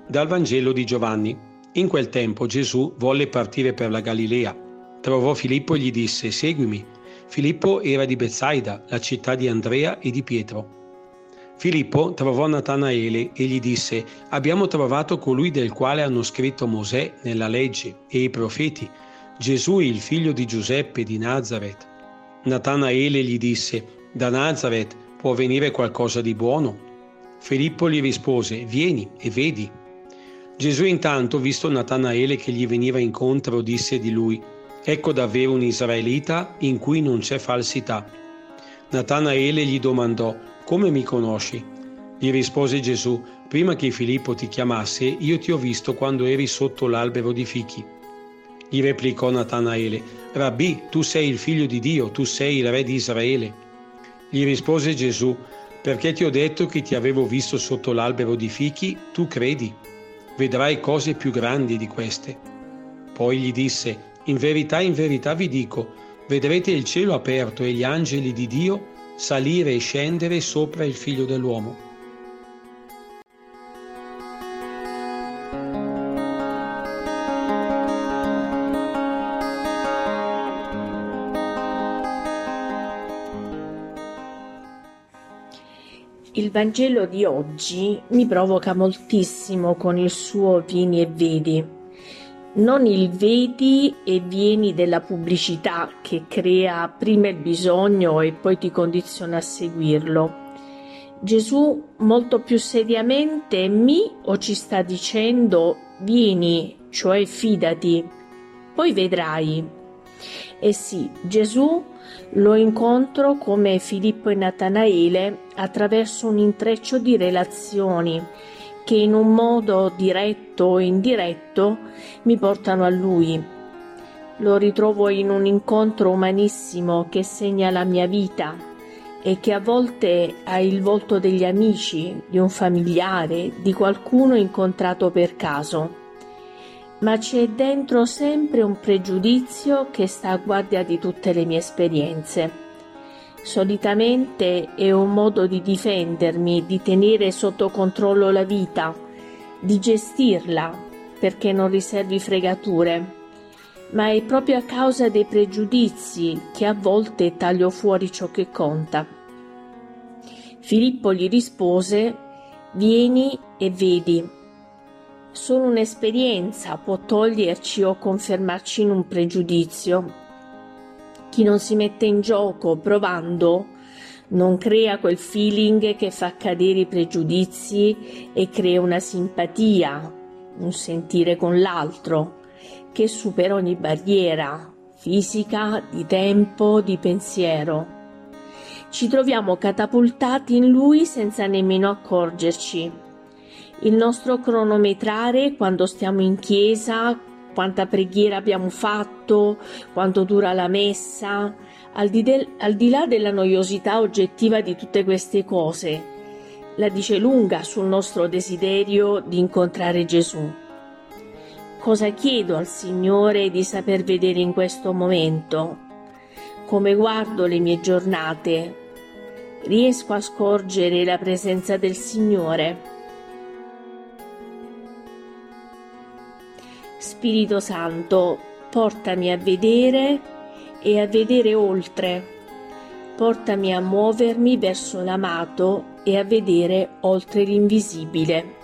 Dal Vangelo di Giovanni. In quel tempo Gesù volle partire per la Galilea. Trovò Filippo e gli disse: «Seguimi». Filippo era di Betsaida, la città di Andrea e di Pietro. Filippo trovò Natanaele e gli disse: «Abbiamo trovato colui del quale hanno scritto Mosè nella legge e i profeti, Gesù il figlio di Giuseppe di Nazaret». Natanaele gli disse: «Da Nazaret può venire qualcosa di buono?» Filippo gli rispose: «Vieni e vedi». Gesù intanto, visto Natanaele che gli veniva incontro, disse di lui: «Ecco davvero un israelita in cui non c'è falsità». Natanaele gli domandò: «Come mi conosci?» Gli rispose Gesù: «Prima che Filippo ti chiamasse, io ti ho visto quando eri sotto l'albero di fichi». Gli replicò Natanaele: «Rabbì, tu sei il figlio di Dio, tu sei il re di Israele». Gli rispose Gesù: «Perché ti ho detto che ti avevo visto sotto l'albero di fichi, tu credi. Vedrai cose più grandi di queste». Poi gli disse: in verità vi dico, vedrete il cielo aperto e gli angeli di Dio salire e scendere sopra il Figlio dell'uomo». Il Vangelo di oggi mi provoca moltissimo con il suo vieni e vedi. Non il vedi e vieni della pubblicità che crea prima il bisogno e poi ti condiziona a seguirlo. Gesù molto più seriamente ci sta dicendo: vieni, cioè fidati, poi vedrai. E sì, Gesù lo incontro come Filippo e Natanaele attraverso un intreccio di relazioni che in un modo diretto o indiretto mi portano a Lui. Lo ritrovo in un incontro umanissimo che segna la mia vita e che a volte ha il volto degli amici, di un familiare, di qualcuno incontrato per caso. Ma c'è dentro sempre un pregiudizio che sta a guardia di tutte le mie esperienze. Solitamente è un modo di difendermi, di tenere sotto controllo la vita, di gestirla perché non riservi fregature, ma è proprio a causa dei pregiudizi che a volte taglio fuori ciò che conta. Filippo gli rispose: vieni e vedi. Solo un'esperienza può toglierci o confermarci in un pregiudizio. Chi non si mette in gioco provando non crea quel feeling che fa cadere i pregiudizi e crea una simpatia, un sentire con l'altro che supera ogni barriera fisica, di tempo, di pensiero. Ci troviamo catapultati in lui senza nemmeno accorgerci. Il nostro cronometrare quando stiamo in chiesa, quanta preghiera abbiamo fatto, quanto dura la messa, al di là della noiosità oggettiva di tutte queste cose, la dice lunga sul nostro desiderio di incontrare Gesù. Cosa chiedo al Signore di saper vedere in questo momento? Come guardo le mie giornate? Riesco a scorgere la presenza del Signore? Spirito Santo, portami a vedere e a vedere oltre. Portami a muovermi verso l'amato e a vedere oltre l'invisibile.